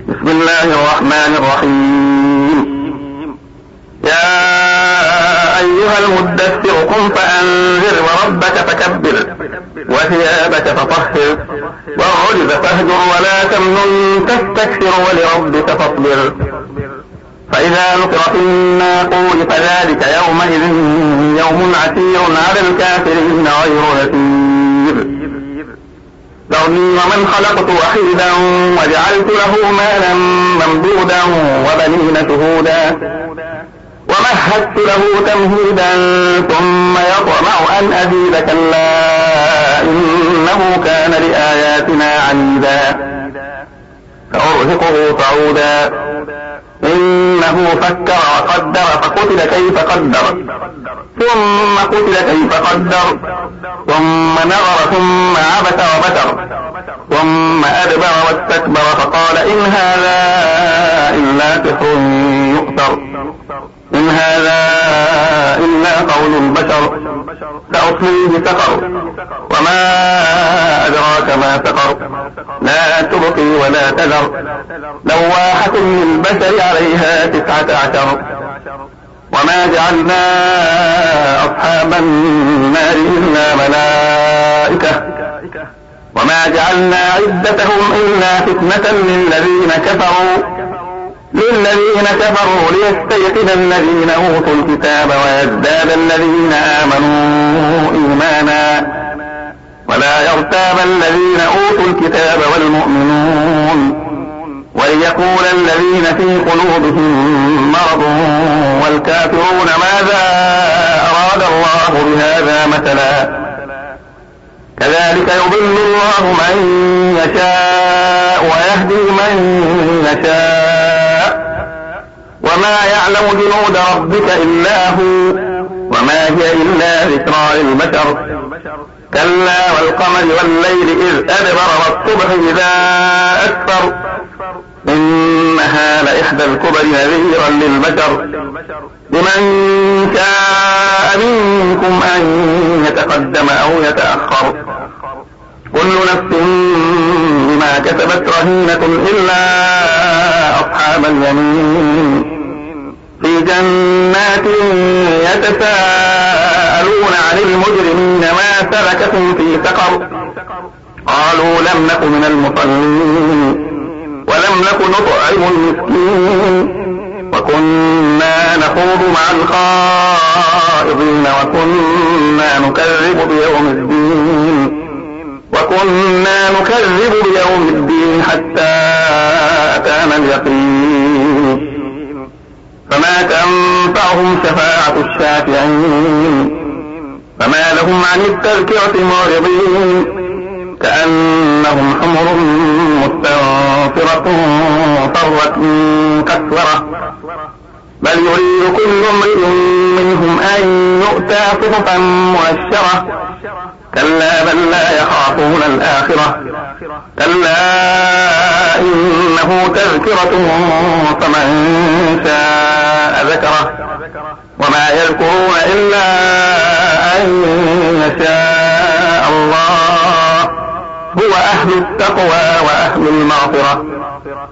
بسم الله الرحمن الرحيم. يا أيها المدثر قم فأنذر وربك فكبر وثيابك فطهر والرجز فاهجر ولا تمنن تستكثر ولربك فاصبر. فإذا نقر في الناقور فذلك يومئذ يوم عسير على الكافرين غير يسير. ذرني ومن خلقت وحيدا وجعلت له مالا ممدودا وبنين شهودا ومهدت له تمهيدا ثم يطمع أن أزيد كلا إنه كان لآياتنا عنيدا فأرهقه صعودا إنه فكر وقدر فقتل كيف قدر ثم قتل كيف قدر ثم نظر ثم عبس وبشر ثم أدبر واستكبر فقال إن هذا إلا سحر يؤثر إن هذا إلا قول البشر سأصليه سقر وما أدراك ما سقر لا تبقي ولا تذر لواحة للبشر عليها 19 وما جعلنا أصحاب النار إلا ملائكة وما جعلنا عدتهم إلا فتنة للذين كفروا ليستيقن الذين أوتوا الكتاب ويزداد الذين آمنوا إيمانا ولا يرتاب الذين أوتوا الكتاب والمؤمنون وليقول الذين في قلوبهم مرض والكافرون ماذا أراد الله بهذا مثلا كذلك يضل الله من يشاء ويهدي من يشاء وما يعلم جنود ربك إلا هو وما هي إلا ذكرى للبشر كلا والقمر والليل إذ أدبر والصبح إذا أسفر إنها لإحدى الكبر نذيرا للبشر لمن شاء منكم أن يتقدم أو يتأخر كل نفس بما كسبت رهينة إلا أصحاب اليمين في جنات يتساءلون عن المجرمين ما سلككم في سقر قالوا لم نك من المصلين ولم نك نطعم المسكين وكنا نخوض مع الخائضين وكنا نكذب بيوم الدين حتى أتانا اليقين فما تنفعهم شفاعة الشافعين فما لهم عن التذكرة معرضين كأنهم حمر مستنفرة فرت من قسورة بل يريد كل امرئ منهم أن يؤتى صحفا منشرة كلا بل لا يخافون الآخرة كلا إنه تذكرة فمن شاء ذكره وما يذكرون إلا أن يشاء الله هو أهل التقوى وأهل المغفرة